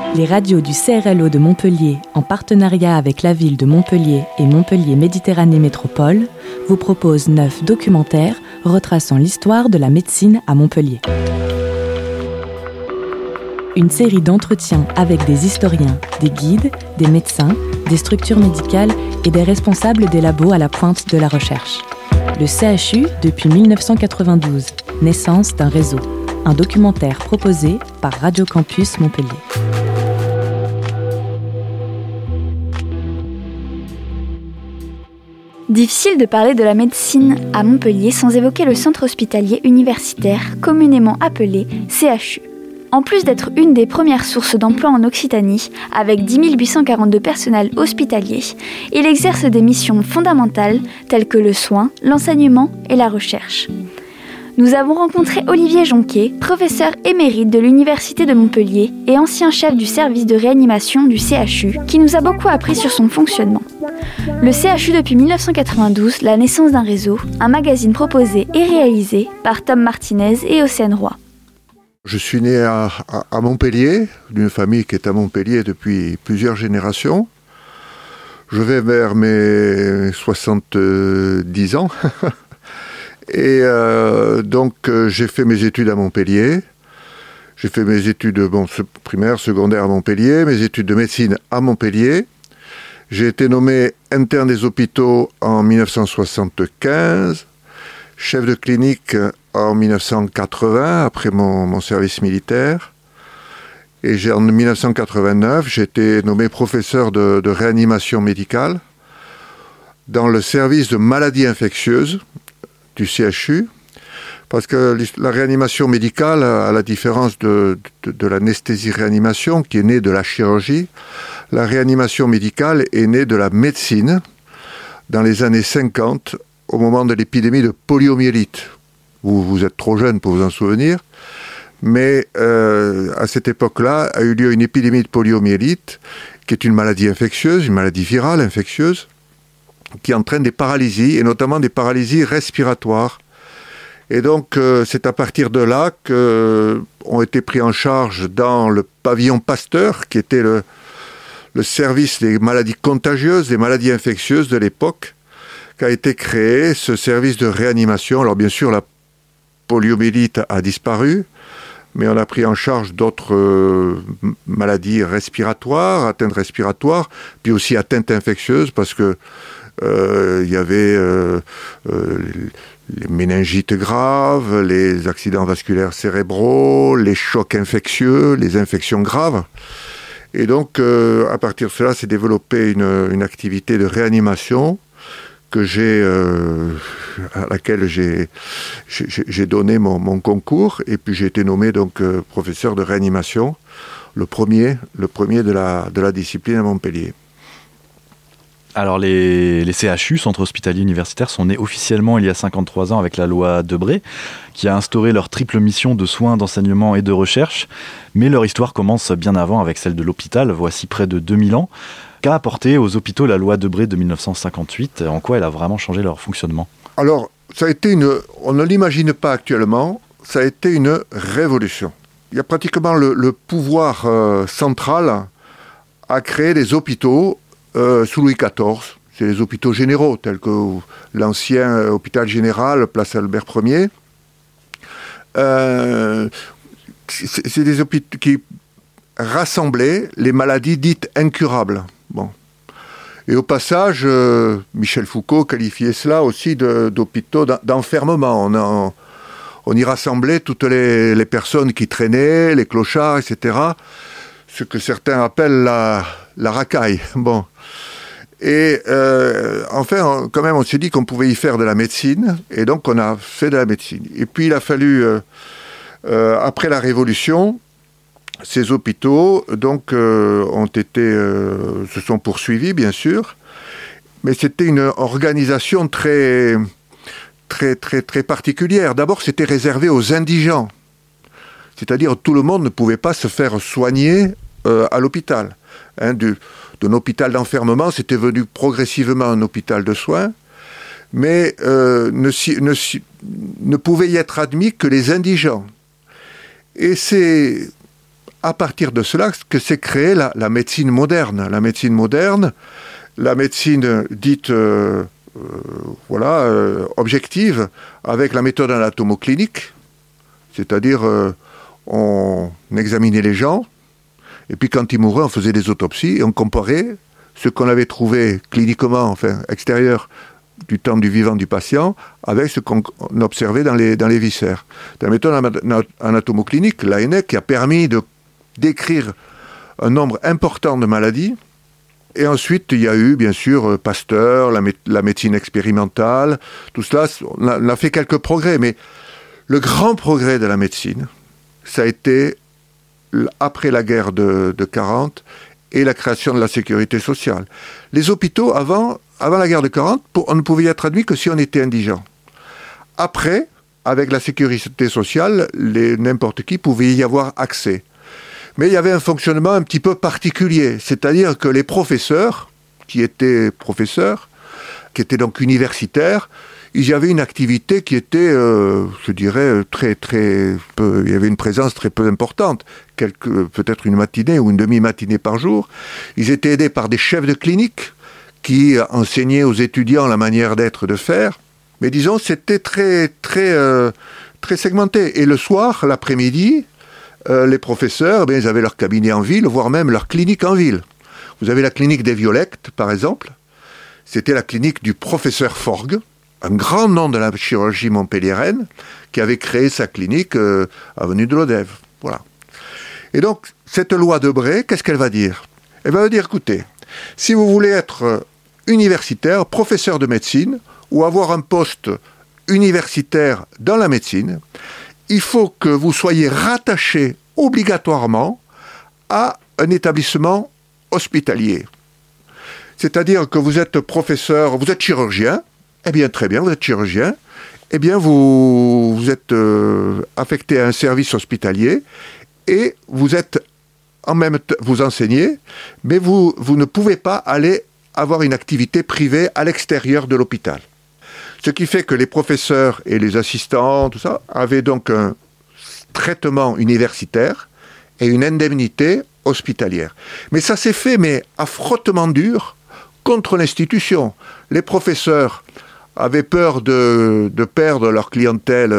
Les radios du CRLO de Montpellier, en partenariat avec la ville de Montpellier et Montpellier Méditerranée Métropole, vous proposent 9 documentaires retraçant l'histoire de la médecine à Montpellier. Une série d'entretiens avec des historiens, des guides, des médecins, des structures médicales et des responsables des labos à la pointe de la recherche. Le CHU depuis 1992, naissance d'un réseau. Un documentaire proposé par Radio Campus Montpellier. Difficile de parler de la médecine à Montpellier sans évoquer le centre hospitalier universitaire, communément appelé CHU. En plus d'être une des premières sources d'emploi en Occitanie, avec 10 842 personnels hospitaliers, il exerce des missions fondamentales telles que le soin, l'enseignement et la recherche. Nous avons rencontré Olivier Jonquet, professeur émérite de l'Université de Montpellier et ancien chef du service de réanimation du CHU, qui nous a beaucoup appris sur son fonctionnement. Le CHU depuis 1992, la naissance d'un réseau, un magazine proposé et réalisé par Tom Martinez et Océane Roy. Je suis né à Montpellier, d'une famille qui est à Montpellier depuis plusieurs générations. Je vais vers mes 70 ans. Et donc j'ai fait mes études à Montpellier. J'ai fait mes études primaires, secondaires à Montpellier, mes études de médecine à Montpellier. J'ai été nommé interne des hôpitaux en 1975, chef de clinique en 1980, après mon service militaire. Et en 1989, j'ai été nommé professeur de réanimation médicale dans le service de maladies infectieuses du CHU, parce que la réanimation médicale, à la différence de l'anesthésie-réanimation, qui est née de la chirurgie, la réanimation médicale est née de la médecine dans les années 50, au moment de l'épidémie de poliomyélite. Vous êtes trop jeune pour vous en souvenir, mais à cette époque-là a eu lieu une épidémie de poliomyélite, qui est une maladie infectieuse, une maladie virale infectieuse, qui entraîne des paralysies, et notamment des paralysies respiratoires. Et donc, c'est à partir de là qu'ont été pris en charge dans le pavillon Pasteur, qui était le service des maladies contagieuses, des maladies infectieuses de l'époque, qu'a été créé ce service de réanimation. Alors bien sûr, la poliomyélite a disparu, mais on a pris en charge d'autres maladies respiratoires, atteintes respiratoires, puis aussi atteintes infectieuses, parce que il y avait les méningites graves, les accidents vasculaires cérébraux, les chocs infectieux, les infections graves. Et donc, à partir de cela, s'est développée une activité de réanimation à laquelle j'ai donné mon concours, et puis j'ai été nommé donc professeur de réanimation, le premier de la discipline à Montpellier. Alors les CHU, centres hospitaliers universitaires, sont nés officiellement il y a 53 ans avec la loi Debré, qui a instauré leur triple mission de soins, d'enseignement et de recherche. Mais leur histoire commence bien avant avec celle de l'hôpital, voici près de 2000 ans. Qu'a apporté aux hôpitaux la loi Debré de 1958 ? En quoi elle a vraiment changé leur fonctionnement ? Alors, ça a été on ne l'imagine pas actuellement, ça a été une révolution. Il y a pratiquement le pouvoir central à créer des hôpitaux sous Louis XIV. C'est les hôpitaux généraux, tels que l'ancien hôpital général, place Albert Ier. C'est des hôpitaux qui rassemblaient les maladies dites incurables. Bon. Et au passage, Michel Foucault qualifiait cela aussi d'hôpitaux d'enfermement. On y rassemblait toutes les personnes qui traînaient, les clochards, etc. Ce que certains appellent la racaille. Bon. Et enfin, quand même, on s'est dit qu'on pouvait y faire de la médecine, et donc on a fait de la médecine. Et puis il a fallu, après la Révolution, ces hôpitaux donc se sont poursuivis, bien sûr, mais c'était une organisation très particulière. D'abord, c'était réservé aux indigents, c'est-à-dire tout le monde ne pouvait pas se faire soigner à l'hôpital. D'un hôpital d'enfermement, c'était venu progressivement un hôpital de soins, mais ne pouvaient y être admis que les indigents. Et c'est à partir de cela que s'est créée la médecine moderne. La médecine moderne, la médecine dite objective, avec la méthode anatomoclinique, c'est-à-dire on examinait les gens, et puis quand ils mouraient, on faisait des autopsies, et on comparait ce qu'on avait trouvé cliniquement, extérieur, du temps du vivant du patient, avec ce qu'on observait dans les viscères. La méthode anatomoclinique, l'ANEC, qui a permis de décrire un nombre important de maladies. Et ensuite, il y a eu, bien sûr, Pasteur, la médecine expérimentale, tout cela, on a fait quelques progrès, mais le grand progrès de la médecine, ça a été après la guerre de 40 et la création de la sécurité sociale. Les hôpitaux, avant la guerre de 40, on ne pouvait y être admis que si on était indigent. Après, avec la sécurité sociale, n'importe qui pouvait y avoir accès. Mais il y avait un fonctionnement un petit peu particulier, c'est-à-dire que les professeurs, qui étaient donc universitaires, ils avaient une activité qui était, je dirais, très peu. Il y avait une présence très peu importante, peut-être une matinée ou une demi-matinée par jour. Ils étaient aidés par des chefs de clinique qui enseignaient aux étudiants la manière d'être, de faire. Mais disons, c'était très segmenté. Et le soir, l'après-midi, les professeurs, ils avaient leur cabinet en ville, voire même leur clinique en ville. Vous avez la clinique des Violettes, par exemple. C'était la clinique du professeur Forgue, un grand nom de la chirurgie montpelliéraine, qui avait créé sa clinique avenue de Lodève. Voilà. Et donc, cette loi Debré, qu'est-ce qu'elle va dire ? Elle va dire, écoutez, si vous voulez être universitaire, professeur de médecine, ou avoir un poste universitaire dans la médecine, il faut que vous soyez rattaché obligatoirement à un établissement hospitalier. C'est-à-dire que vous êtes professeur, vous êtes chirurgien, eh bien très bien, vous êtes chirurgien, eh bien vous êtes affecté à un service hospitalier et vous êtes vous enseignez, mais vous ne pouvez pas aller avoir une activité privée à l'extérieur de l'hôpital. Ce qui fait que les professeurs et les assistants, tout ça, avaient donc un traitement universitaire et une indemnité hospitalière. Mais ça s'est fait, à frottement dur, contre l'institution. Les professeurs avaient peur de perdre leur clientèle.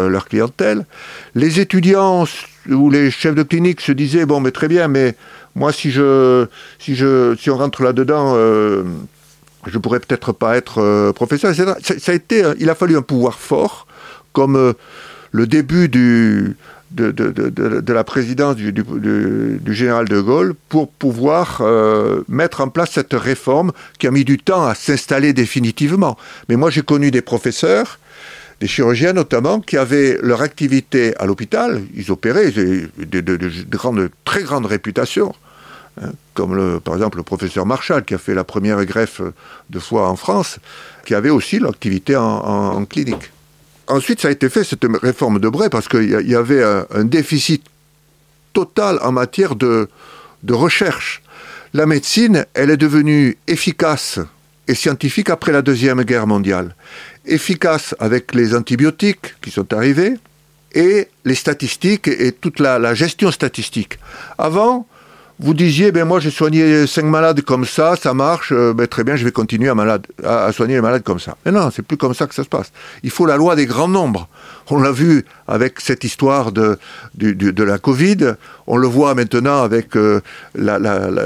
Les étudiants ou les chefs de clinique se disaient, bon, mais très bien, mais moi, si on rentre là-dedans, je pourrais peut-être pas être professeur, etc. Il a fallu un pouvoir fort, comme le début de la présidence du général de Gaulle, pour pouvoir mettre en place cette réforme qui a mis du temps à s'installer définitivement. Mais moi, j'ai connu des professeurs, des chirurgiens notamment, qui avaient leur activité à l'hôpital, ils opéraient, de très grande réputation. Comme par exemple le professeur Marchal, qui a fait la première greffe de foie en France, qui avait aussi l'activité en clinique. Ensuite, ça a été fait, cette réforme Debré, parce qu'il y avait un déficit total en matière de recherche. La médecine, elle est devenue efficace et scientifique après la Deuxième Guerre mondiale. Efficace avec les antibiotiques qui sont arrivés, et les statistiques et toute la gestion statistique. Avant, vous disiez, moi j'ai soigné 5 malades comme ça marche, très bien, je vais continuer à soigner les malades comme ça. Mais non, c'est plus comme ça que ça se passe. Il faut la loi des grands nombres. On l'a vu avec cette histoire de la Covid, on le voit maintenant avec la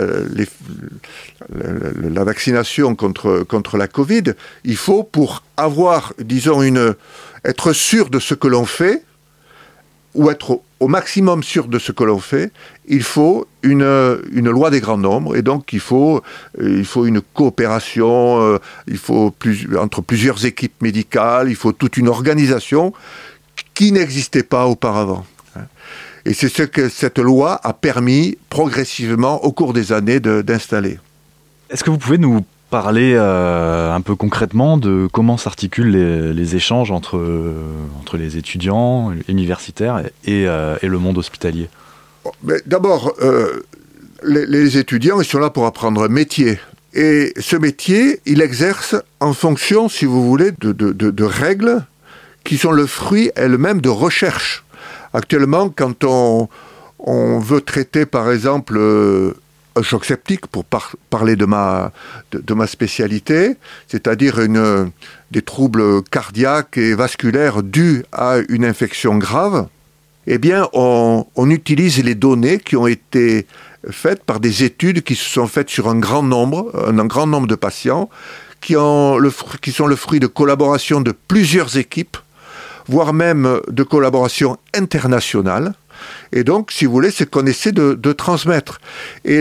vaccination contre la Covid. Il faut, pour avoir, disons, être sûr de ce que l'on fait, ou être au maximum sûr de ce que l'on fait, il faut une loi des grands nombres, et donc il faut une coopération, entre plusieurs équipes médicales, il faut toute une organisation qui n'existait pas auparavant. Et c'est ce que cette loi a permis progressivement au cours des années d'installer. Est-ce que vous pouvez nous parler un peu concrètement de comment s'articulent les échanges entre les étudiants universitaires et le monde hospitalier ? D'abord, les étudiants, ils sont là pour apprendre un métier. Et ce métier, il exerce en fonction, si vous voulez, de règles qui sont le fruit elles-mêmes de recherche. Actuellement, quand on veut traiter par exemple un choc septique, pour parler de ma spécialité, c'est-à-dire des troubles cardiaques et vasculaires dus à une infection grave, eh bien, on utilise les données qui ont été faites par des études qui se sont faites sur un grand nombre de patients, qui sont le fruit de collaboration de plusieurs équipes, voire même de collaboration internationale. Et donc, si vous voulez, c'est qu'on essaie de transmettre. Et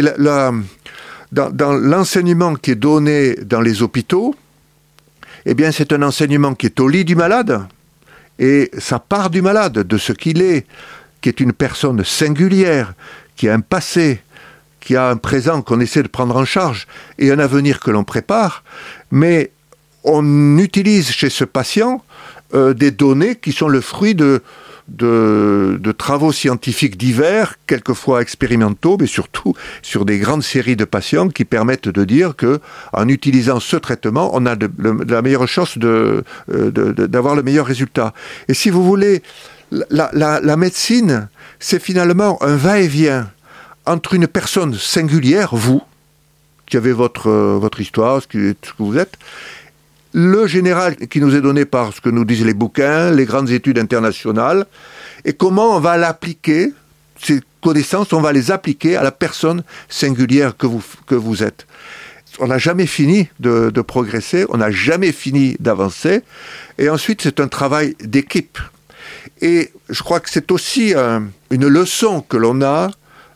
dans l'enseignement qui est donné dans les hôpitaux, eh bien, c'est un enseignement qui est au lit du malade, et ça part du malade, de ce qu'il est, qui est une personne singulière, qui a un passé, qui a un présent qu'on essaie de prendre en charge, et un avenir que l'on prépare. Mais on utilise chez ce patient des données qui sont le fruit de travaux scientifiques divers, quelquefois expérimentaux, mais surtout sur des grandes séries de patients qui permettent de dire que, en utilisant ce traitement, on a de la meilleure chance d'avoir le meilleur résultat. Et si vous voulez, la médecine, c'est finalement un va-et-vient entre une personne singulière, vous, qui avez votre histoire, ce que vous êtes, le général qui nous est donné par ce que nous disent les bouquins, les grandes études internationales, et comment on va l'appliquer, ces connaissances, on va les appliquer à la personne singulière que vous êtes. On n'a jamais fini de progresser, on n'a jamais fini d'avancer, et ensuite c'est un travail d'équipe. Et je crois que c'est aussi une leçon que l'on a,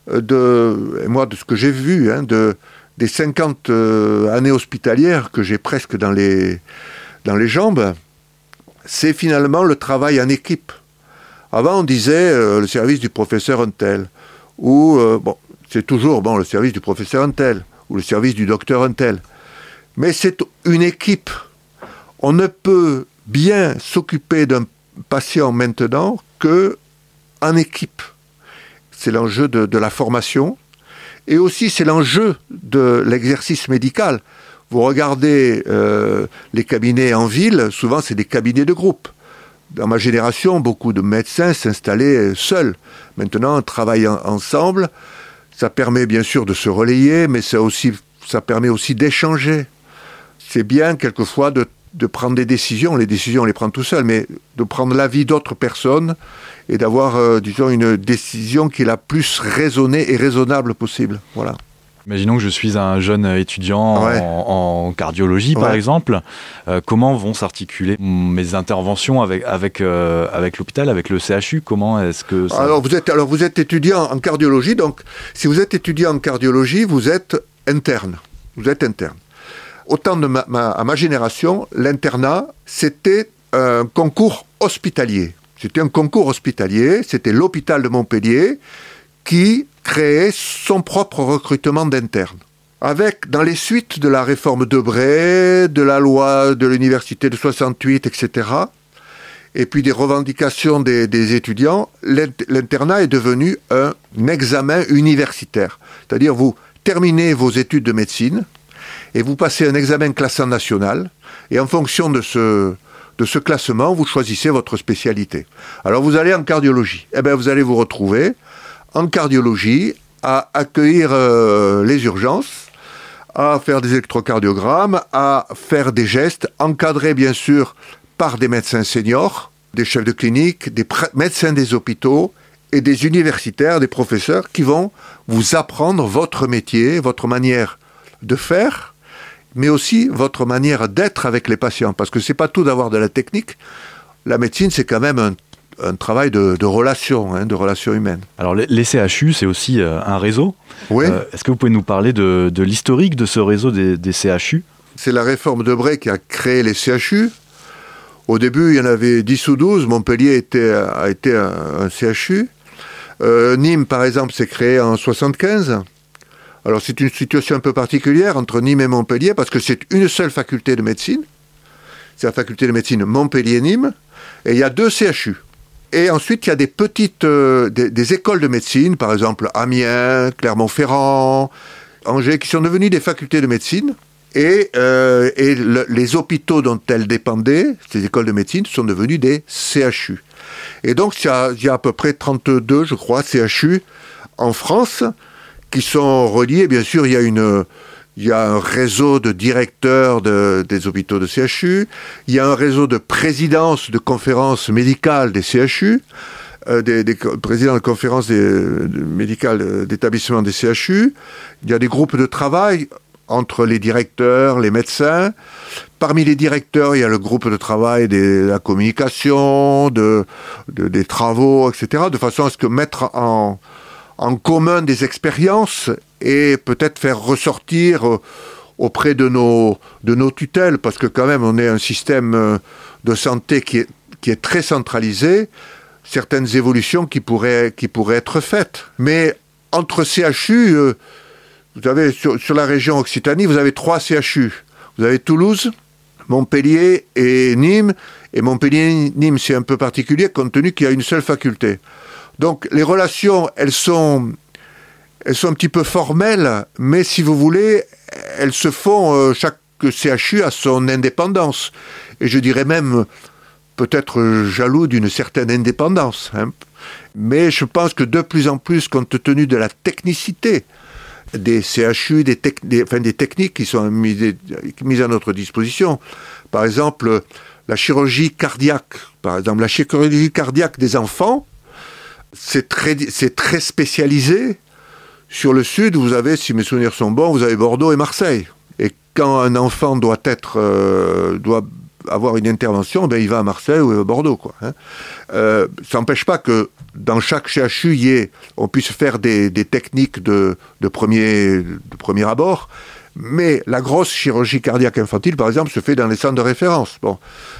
de ce que j'ai vu, des 50 années hospitalières que j'ai presque dans les jambes, c'est finalement le travail en équipe. Avant, on disait le service du professeur Untel, ou c'est toujours le service du professeur Untel, ou le service du docteur Untel. Mais c'est une équipe. On ne peut bien s'occuper d'un patient maintenant qu'en équipe. C'est l'enjeu de la formation. Et aussi, c'est l'enjeu de l'exercice médical. Vous regardez les cabinets en ville, souvent c'est des cabinets de groupe. Dans ma génération, beaucoup de médecins s'installaient seuls. Maintenant, on travaille ensemble. Ça permet bien sûr de se relayer, mais ça permet aussi d'échanger. C'est bien quelquefois de prendre des décisions. Les décisions, on les prend tout seul, mais de prendre l'avis d'autres personnes et d'avoir, une décision qui est la plus raisonnée et raisonnable possible. Voilà. Imaginons que je suis un jeune étudiant en cardiologie, par exemple. Comment vont s'articuler mes interventions avec l'hôpital, avec le CHU? Comment est-ce que ça... Alors vous êtes étudiant en cardiologie. Donc, si vous êtes étudiant en cardiologie, vous êtes interne. Autant à ma génération, l'internat, c'était un concours hospitalier. C'était l'hôpital de Montpellier qui créait son propre recrutement d'internes. Avec, dans les suites de la réforme Debré, de la loi de l'université de 68, etc., et puis des revendications des étudiants, l'internat est devenu un examen universitaire. C'est-à-dire, vous terminez vos études de médecine, et vous passez un examen classant national, et en fonction de ce classement, vous choisissez votre spécialité. Alors vous allez en cardiologie. Vous allez vous retrouver en cardiologie à accueillir les urgences, à faire des électrocardiogrammes, à faire des gestes, encadrés bien sûr par des médecins seniors, des chefs de clinique, des médecins des hôpitaux et des universitaires, des professeurs qui vont vous apprendre votre métier, votre manière de faire, mais aussi votre manière d'être avec les patients. Parce que c'est pas tout d'avoir de la technique. La médecine, c'est quand même un travail de relation, de relation humaine. Alors les CHU, c'est aussi un réseau. Oui. Est-ce que vous pouvez nous parler de l'historique de ce réseau des CHU? C'est la réforme Debré qui a créé les CHU. Au début, il y en avait 10 ou 12. Montpellier a été un CHU. Nîmes, par exemple, s'est créé en 1975. Alors c'est une situation un peu particulière entre Nîmes et Montpellier parce que c'est une seule faculté de médecine. C'est la faculté de médecine Montpellier-Nîmes. Et il y a 2 CHU. Et ensuite, il y a des petites des écoles de médecine, par exemple Amiens, Clermont-Ferrand, Angers, qui sont devenues des facultés de médecine. Et les hôpitaux dont elles dépendaient, ces écoles de médecine, sont devenus des CHU. Et donc, il y a à peu près 32, je crois, CHU en France qui sont reliés. Bien sûr, il y a un réseau de directeurs des hôpitaux de CHU. Il y a un réseau de présidences de conférences médicales des CHU, des présidents de conférences médicales d'établissements des CHU. Il y a des groupes de travail entre les directeurs, les médecins. Parmi les directeurs, il y a le groupe de travail de la communication, des travaux, etc., de façon à ce que mettre en commun des expériences et peut-être faire ressortir auprès de nos tutelles, parce que quand même on est un système de santé qui est très centralisé, certaines évolutions qui pourraient être faites. Mais entre CHU, vous avez sur la région Occitanie, vous avez 3 CHU. Vous avez Toulouse, Montpellier et Nîmes. Et Montpellier-Nîmes, c'est un peu particulier compte tenu qu'il y a une seule faculté. Donc les relations, elles sont un petit peu formelles, mais si vous voulez, elles se font, chaque CHU a son indépendance. Et je dirais même peut-être jaloux d'une certaine indépendance. Hein. Mais je pense que de plus en plus, compte tenu de la technicité des CHU, des techniques qui sont mises à notre disposition, par exemple la chirurgie cardiaque, des enfants, c'est très spécialisé. Sur le sud, vous avez, si mes souvenirs sont bons, vous avez Bordeaux et Marseille. Et quand un enfant doit avoir une intervention, ben il va à Marseille ou à Bordeaux, quoi. Hein. Ça n'empêche pas que dans chaque CHU, on puisse faire des techniques de premier abord, mais la grosse chirurgie cardiaque infantile, par exemple, se fait dans les centres de référence. Bon.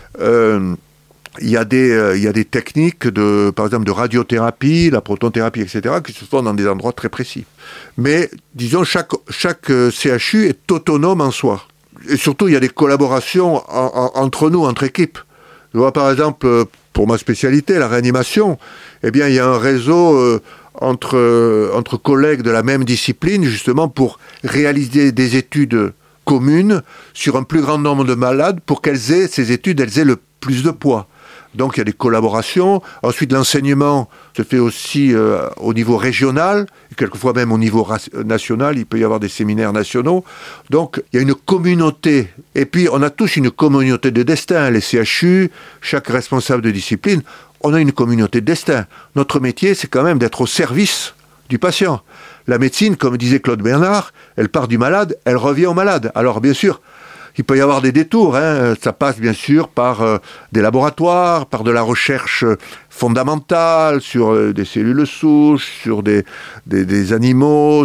Il y a des techniques par exemple de radiothérapie, la protothérapie, etc., qui se font dans des endroits très précis. Mais, disons, chaque CHU est autonome en soi. Et surtout, il y a des collaborations entre nous, entre équipes. Je vois, par exemple, pour ma spécialité, la réanimation, eh bien, il y a un réseau entre collègues de la même discipline, justement, pour réaliser des études communes sur un plus grand nombre de malades, pour ces études aient le plus de poids. Donc il y a des collaborations. Ensuite, l'enseignement se fait aussi au niveau régional, et quelquefois même au niveau national. Il peut y avoir des séminaires nationaux. Donc il y a une communauté. Et puis on a tous une communauté de destin. Les CHU, chaque responsable de discipline, on a une communauté de destin. Notre métier, c'est quand même d'être au service du patient. La médecine, comme disait Claude Bernard, elle part du malade, elle revient au malade. Alors bien sûr, il peut y avoir des détours, hein. Ça passe bien sûr par des laboratoires, par de la recherche fondamentale sur des cellules souches, sur des animaux,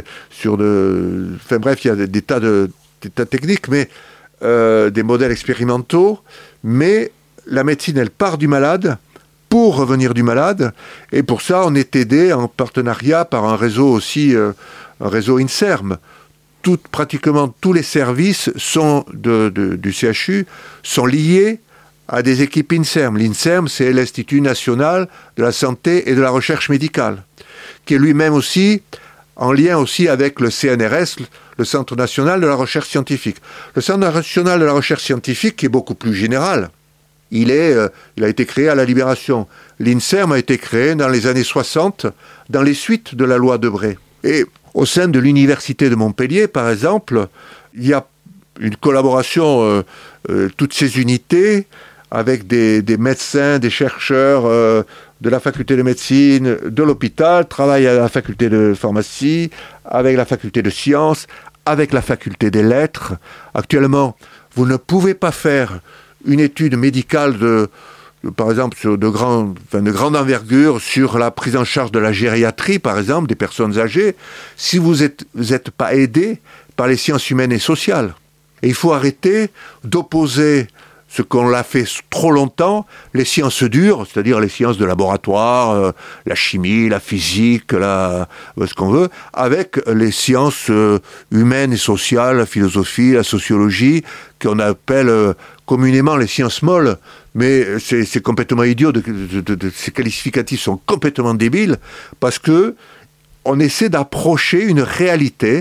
enfin bref, il y a des tas de techniques, mais des modèles expérimentaux. Mais la médecine, elle part du malade pour revenir du malade, et pour ça, on est aidé en partenariat par un réseau aussi, un réseau INSERM. Pratiquement tous les services du CHU sont liés à des équipes INSERM. L'INSERM, c'est l'Institut national de la santé et de la recherche médicale, qui est lui-même aussi en lien aussi avec le CNRS, le Centre national de la recherche scientifique. Le Centre national de la recherche scientifique, qui est beaucoup plus général, il a été créé à la Libération. L'INSERM a été créé dans les années 60, dans les suites de la loi Debré. Et au sein de l'Université de Montpellier, par exemple, il y a une collaboration, toutes ces unités, avec des médecins, des chercheurs de la faculté de médecine, de l'hôpital, travaillent à la faculté de pharmacie, avec la faculté de sciences, avec la faculté des lettres. Actuellement, vous ne pouvez pas faire une étude médicale par exemple, de grande envergure sur la prise en charge de la gériatrie, par exemple, des personnes âgées, si vous êtes pas aidé par les sciences humaines et sociales. Et il faut arrêter d'opposer ce qu'on l'a fait trop longtemps, les sciences dures, c'est-à-dire les sciences de laboratoire, la chimie, la physique, ce qu'on veut, avec les sciences humaines et sociales, la philosophie, la sociologie, qu'on appelle communément les sciences molles. Mais c'est complètement idiot, ces qualificatifs sont complètement débiles, parce que on essaie d'approcher une réalité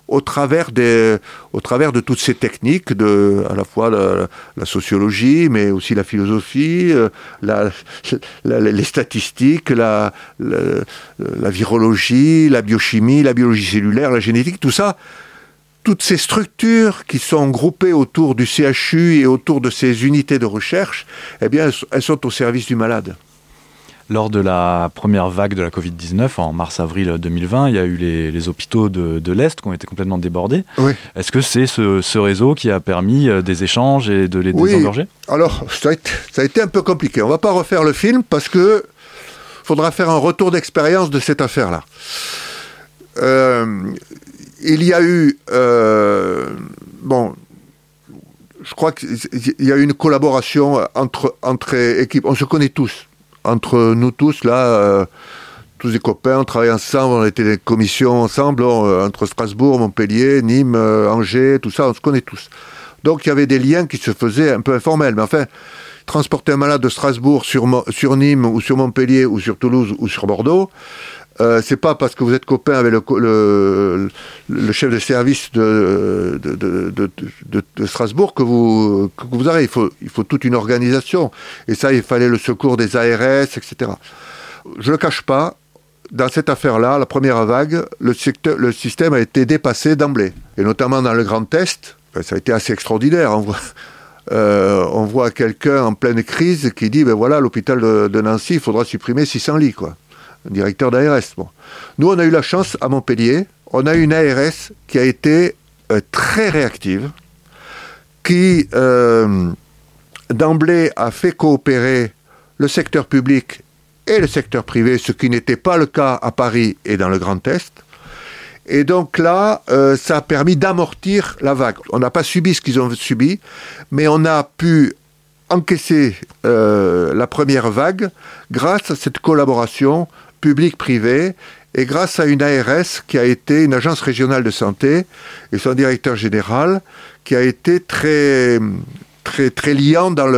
au travers de toutes ces techniques, à la fois la sociologie, mais aussi la philosophie, les statistiques, la virologie, la biochimie, la biologie cellulaire, la génétique, tout ça. Toutes ces structures qui sont groupées autour du CHU et autour de ces unités de recherche, eh bien, elles sont au service du malade. Lors de la première vague de la Covid-19, en mars-avril 2020, il y a eu les hôpitaux de l'Est qui ont été complètement débordés. Oui. Est-ce que c'est ce réseau qui a permis des échanges et de les désengorger ? Alors, ça a été un peu compliqué. On ne va pas refaire le film parce qu'il faudra faire un retour d'expérience de cette affaire-là. Il y a eu... je crois qu'il y a eu une collaboration entre équipes. On se connaît tous. Entre nous tous, là, tous des copains, on travaille ensemble, on était des commissions ensemble, entre Strasbourg, Montpellier, Nîmes, Angers, tout ça, on se connaît tous. Donc il y avait des liens qui se faisaient un peu informels. Mais enfin, transporter un malade de Strasbourg sur Nîmes, ou sur Montpellier, ou sur Toulouse, ou sur Bordeaux, c'est pas parce que vous êtes copain avec le chef de service de Strasbourg que vous arrivez. Il faut toute une organisation. Et ça, il fallait le secours des ARS, etc. Je le cache pas, dans cette affaire-là, la première vague, le système a été dépassé d'emblée. Et notamment dans le Grand Est, ça a été assez extraordinaire. On voit quelqu'un en pleine crise qui dit, voilà, l'hôpital de Nancy, il faudra supprimer 600 lits, quoi. Un directeur d'ARS. Bon. Nous, on a eu la chance à Montpellier, on a une ARS qui a été très réactive, qui d'emblée a fait coopérer le secteur public et le secteur privé, ce qui n'était pas le cas à Paris et dans le Grand Est. Et donc là, ça a permis d'amortir la vague. On n'a pas subi ce qu'ils ont subi, mais on a pu encaisser la première vague grâce à cette collaboration public-privé et grâce à une ARS qui a été une agence régionale de santé et son directeur général qui a été très, très, très liant dans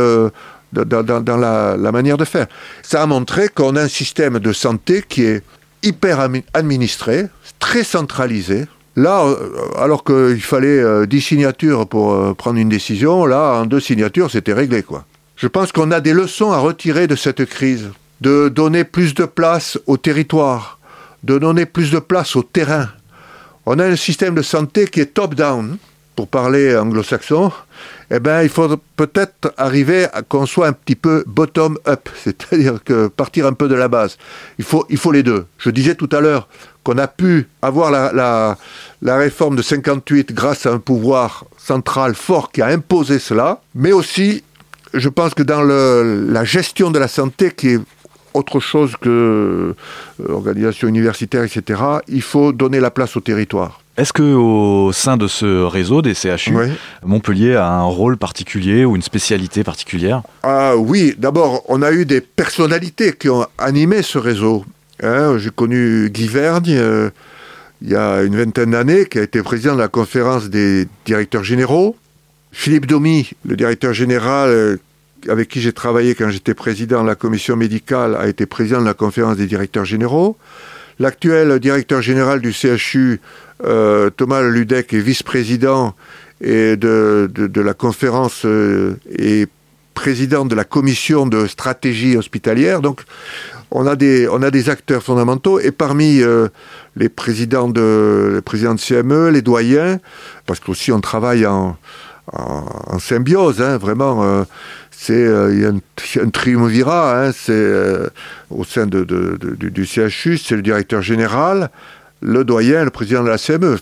la manière de faire. Ça a montré qu'on a un système de santé qui est hyper administré, très centralisé. Là, alors qu'il fallait 10 signatures pour prendre une décision, là, en 2 signatures, c'était réglé, quoi. Je pense qu'on a des leçons à retirer de cette crise, de donner plus de place au territoire, de donner plus de place au terrain. On a un système de santé qui est top-down, pour parler anglo-saxon. Eh bien, il faut peut-être arriver à qu'on soit un petit peu bottom-up, c'est-à-dire que partir un peu de la base. Il faut les deux. Je disais tout à l'heure qu'on a pu avoir la réforme de 58 grâce à un pouvoir central fort qui a imposé cela, mais aussi, je pense que dans la gestion de la santé, qui est autre chose que organisation universitaire, etc., il faut donner la place au territoire. Est-ce qu'au sein de ce réseau des CHU, oui, Montpellier a un rôle particulier ou une spécialité particulière ? Oui, d'abord, on a eu des personnalités qui ont animé ce réseau. J'ai connu Guy Vergne, il y a une vingtaine d'années, qui a été président de la conférence des directeurs généraux. Philippe Domy, le directeur général avec qui j'ai travaillé quand j'étais président de la commission médicale, a été président de la conférence des directeurs généraux. L'actuel directeur général du CHU, Thomas Ludec, est vice-président et de la conférence et président de la commission de stratégie hospitalière. Donc, on a des acteurs fondamentaux. Et parmi les présidents de CME, les doyens, parce qu'aussi on travaille en symbiose, vraiment... il y a un triumvirat, au sein du CHU, c'est le directeur général, le doyen, le président de la CME.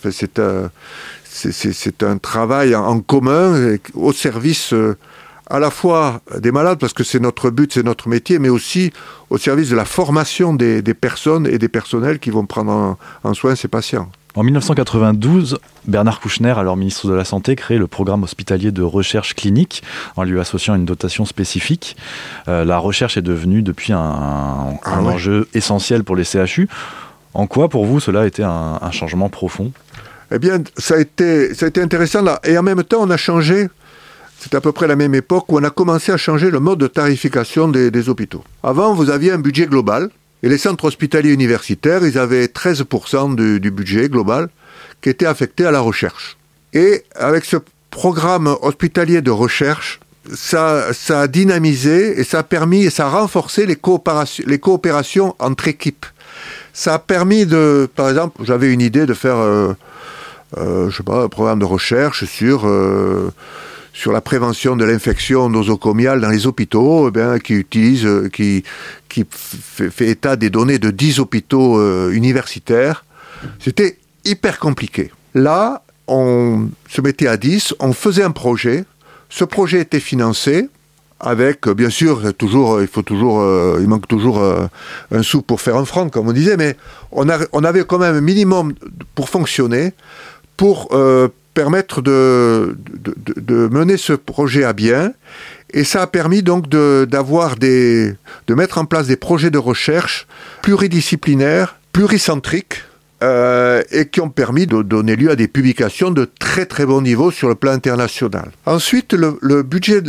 C'est un travail en commun au service à la fois des malades, parce que c'est notre but, c'est notre métier, mais aussi au service de la formation des personnes et des personnels qui vont prendre en soin ces patients. En 1992, Bernard Kouchner, alors ministre de la Santé, crée le programme hospitalier de recherche clinique en lui associant une dotation spécifique. La recherche est devenue depuis un enjeu essentiel pour les CHU. En quoi, pour vous, cela a été un changement profond ? Eh bien, ça a été intéressant là. Et en même temps, on a changé. C'est à peu près la même époque où on a commencé à changer le mode de tarification des hôpitaux. Avant, vous aviez un budget global. Et les centres hospitaliers universitaires, ils avaient 13% du budget global qui étaient affectés à la recherche. Et avec ce programme hospitalier de recherche, ça a dynamisé et ça a permis et ça a renforcé les coopérations entre équipes. Ça a permis par exemple, j'avais une idée de faire, un programme de recherche sur la prévention de l'infection nosocomiale dans les hôpitaux, qui fait état des données de 10 hôpitaux universitaires. C'était hyper compliqué. Là, on se mettait à 10, on faisait un projet. Ce projet était financé avec, bien sûr, il manque toujours un sou pour faire un franc, comme on disait, mais on avait quand même un minimum pour fonctionner, pour permettre de mener ce projet à bien. Et ça a permis donc de mettre en place des projets de recherche pluridisciplinaires, pluricentriques, et qui ont permis de donner lieu à des publications de très très bon niveau sur le plan international. Ensuite, le budget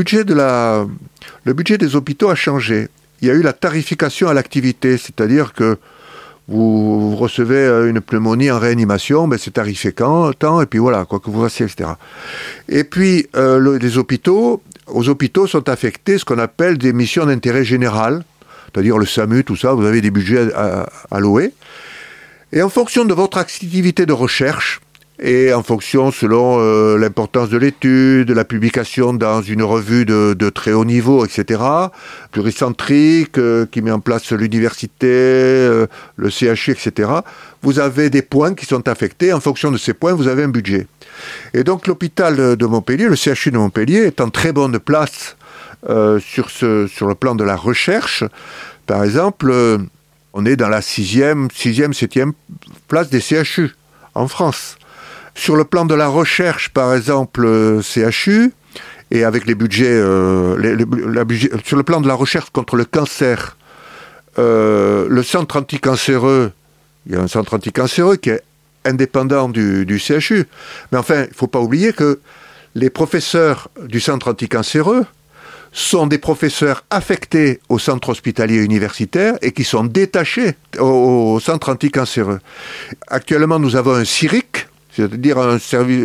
des hôpitaux a changé. Il y a eu la tarification à l'activité, c'est-à-dire que vous recevez une pneumonie en réanimation, c'est tarifé tant, et puis voilà, quoi que vous fassiez, etc. Et puis, aux hôpitaux sont affectés ce qu'on appelle des missions d'intérêt général, c'est-à-dire le SAMU, tout ça, vous avez des budgets alloués. Et en fonction de votre activité de recherche, et en fonction, selon l'importance de l'étude, la publication dans une revue de très haut niveau, etc., pluricentrique, qui met en place l'université, le CHU, etc., vous avez des points qui sont affectés. En fonction de ces points, vous avez un budget. Et donc l'hôpital de Montpellier, le CHU de Montpellier, est en très bonne place sur le plan de la recherche. Par exemple, on est dans la 6e, 7e place des CHU en France. Sur le plan de la recherche, par exemple, CHU, et avec les budgets, sur le plan de la recherche contre le cancer, le centre anticancéreux, il y a un centre anticancéreux qui est indépendant du CHU. Mais enfin, il ne faut pas oublier que les professeurs du centre anticancéreux sont des professeurs affectés au centre hospitalier universitaire et qui sont détachés au centre anticancéreux. Actuellement, nous avons un CIRIC, c'est-à-dire un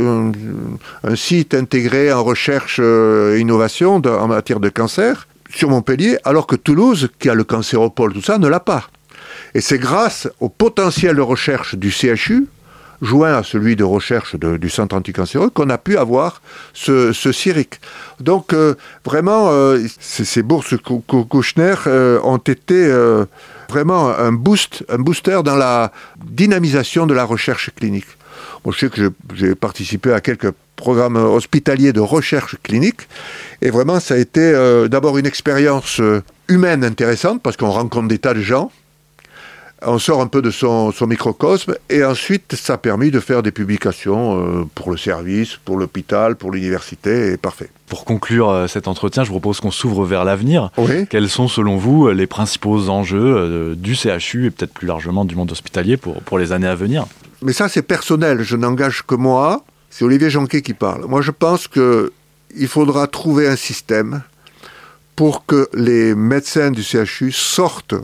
site intégré en recherche et innovation en matière de cancer sur Montpellier, alors que Toulouse, qui a le cancéropole, tout ça, ne l'a pas. Et c'est grâce au potentiel de recherche du CHU, joint à celui de recherche du centre anticancéreux, qu'on a pu avoir ce CIRIC. Donc, vraiment, ces bourses Kouchner ont été vraiment un booster dans la dynamisation de la recherche clinique. Moi, je sais que j'ai participé à quelques programmes hospitaliers de recherche clinique, et vraiment, ça a été d'abord une expérience humaine intéressante, parce qu'on rencontre des tas de gens, on sort un peu de son microcosme, et ensuite ça a permis de faire des publications pour le service, pour l'hôpital, pour l'université, et parfait. Pour conclure cet entretien, je vous propose qu'on s'ouvre vers l'avenir. Oui. Quels sont selon vous les principaux enjeux du CHU et peut-être plus largement du monde hospitalier pour les années à venir ? Mais ça c'est personnel, je n'engage que moi, c'est Olivier Jonquet qui parle. Moi je pense qu'il faudra trouver un système pour que les médecins du CHU sortent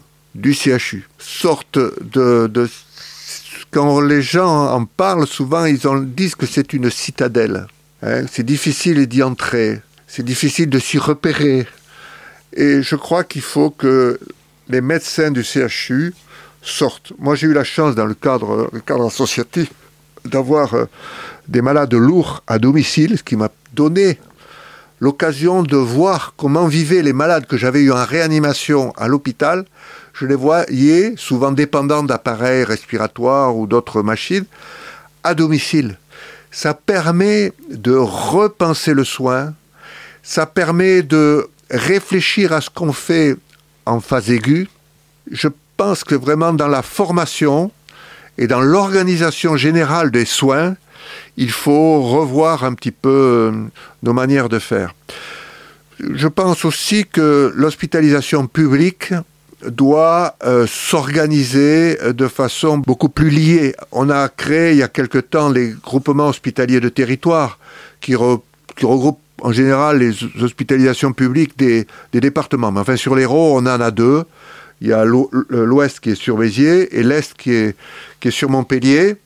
quand les gens en parlent, souvent ils disent que c'est une citadelle. C'est difficile d'y entrer, c'est difficile de s'y repérer. Et je crois qu'il faut que les médecins du CHU sortent. Moi j'ai eu la chance dans le cadre associatif d'avoir des malades lourds à domicile, ce qui m'a donné l'occasion de voir comment vivaient les malades que j'avais eu en réanimation à l'hôpital. Je les voyais, souvent dépendants d'appareils respiratoires ou d'autres machines, à domicile. Ça permet de repenser le soin, ça permet de réfléchir à ce qu'on fait en phase aiguë. Je pense que vraiment dans la formation et dans l'organisation générale des soins, il faut revoir un petit peu nos manières de faire. Je pense aussi que l'hospitalisation publique doit s'organiser de façon beaucoup plus liée. On a créé il y a quelque temps les groupements hospitaliers de territoire qui regroupent en général les hospitalisations publiques des départements. Mais enfin sur l'Hérault, on en a deux. Il y a l'ouest qui est sur Béziers et l'est qui est sur Montpellier,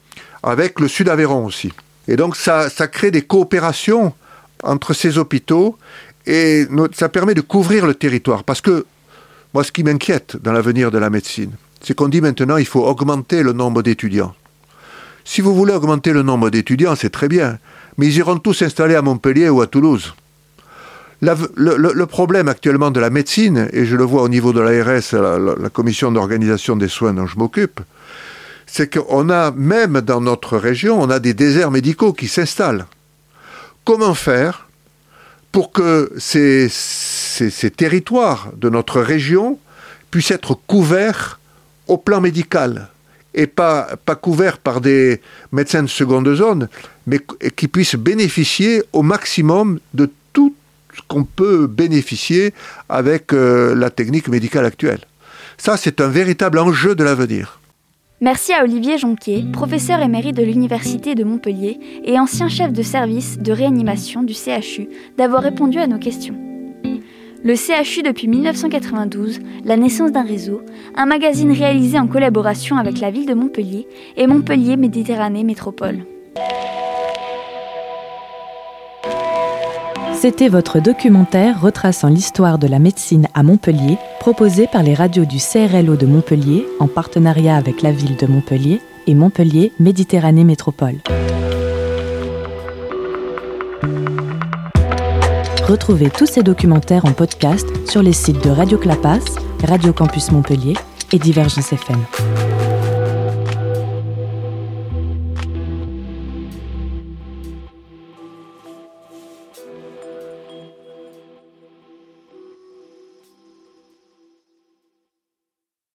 avec le Sud-Aveyron aussi. Et donc ça crée des coopérations entre ces hôpitaux et ça permet de couvrir le territoire. Parce que moi, ce qui m'inquiète dans l'avenir de la médecine, c'est qu'on dit maintenant qu'il faut augmenter le nombre d'étudiants. Si vous voulez augmenter le nombre d'étudiants, c'est très bien, mais ils iront tous s'installer à Montpellier ou à Toulouse. Le problème actuellement de la médecine, et je le vois au niveau de l'ARS, la commission d'organisation des soins dont je m'occupe, c'est qu'on a, même dans notre région, on a des déserts médicaux qui s'installent. Comment faire pour que ces territoires de notre région puissent être couverts au plan médical et pas couverts par des médecins de seconde zone, mais qui puissent bénéficier au maximum de tout ce qu'on peut bénéficier avec la technique médicale actuelle. Ça, c'est un véritable enjeu de l'avenir. Merci à Olivier Jonquier, professeur émérite de l'Université de Montpellier et ancien chef de service de réanimation du CHU, d'avoir répondu à nos questions. Le CHU depuis 1992, la naissance d'un réseau, un magazine réalisé en collaboration avec la ville de Montpellier et Montpellier Méditerranée Métropole. C'était votre documentaire retraçant l'histoire de la médecine à Montpellier, proposé par les radios du CRLO de Montpellier en partenariat avec la ville de Montpellier et Montpellier Méditerranée Métropole. Retrouvez tous ces documentaires en podcast sur les sites de Radio Clapas, Radio Campus Montpellier et Divergence FM.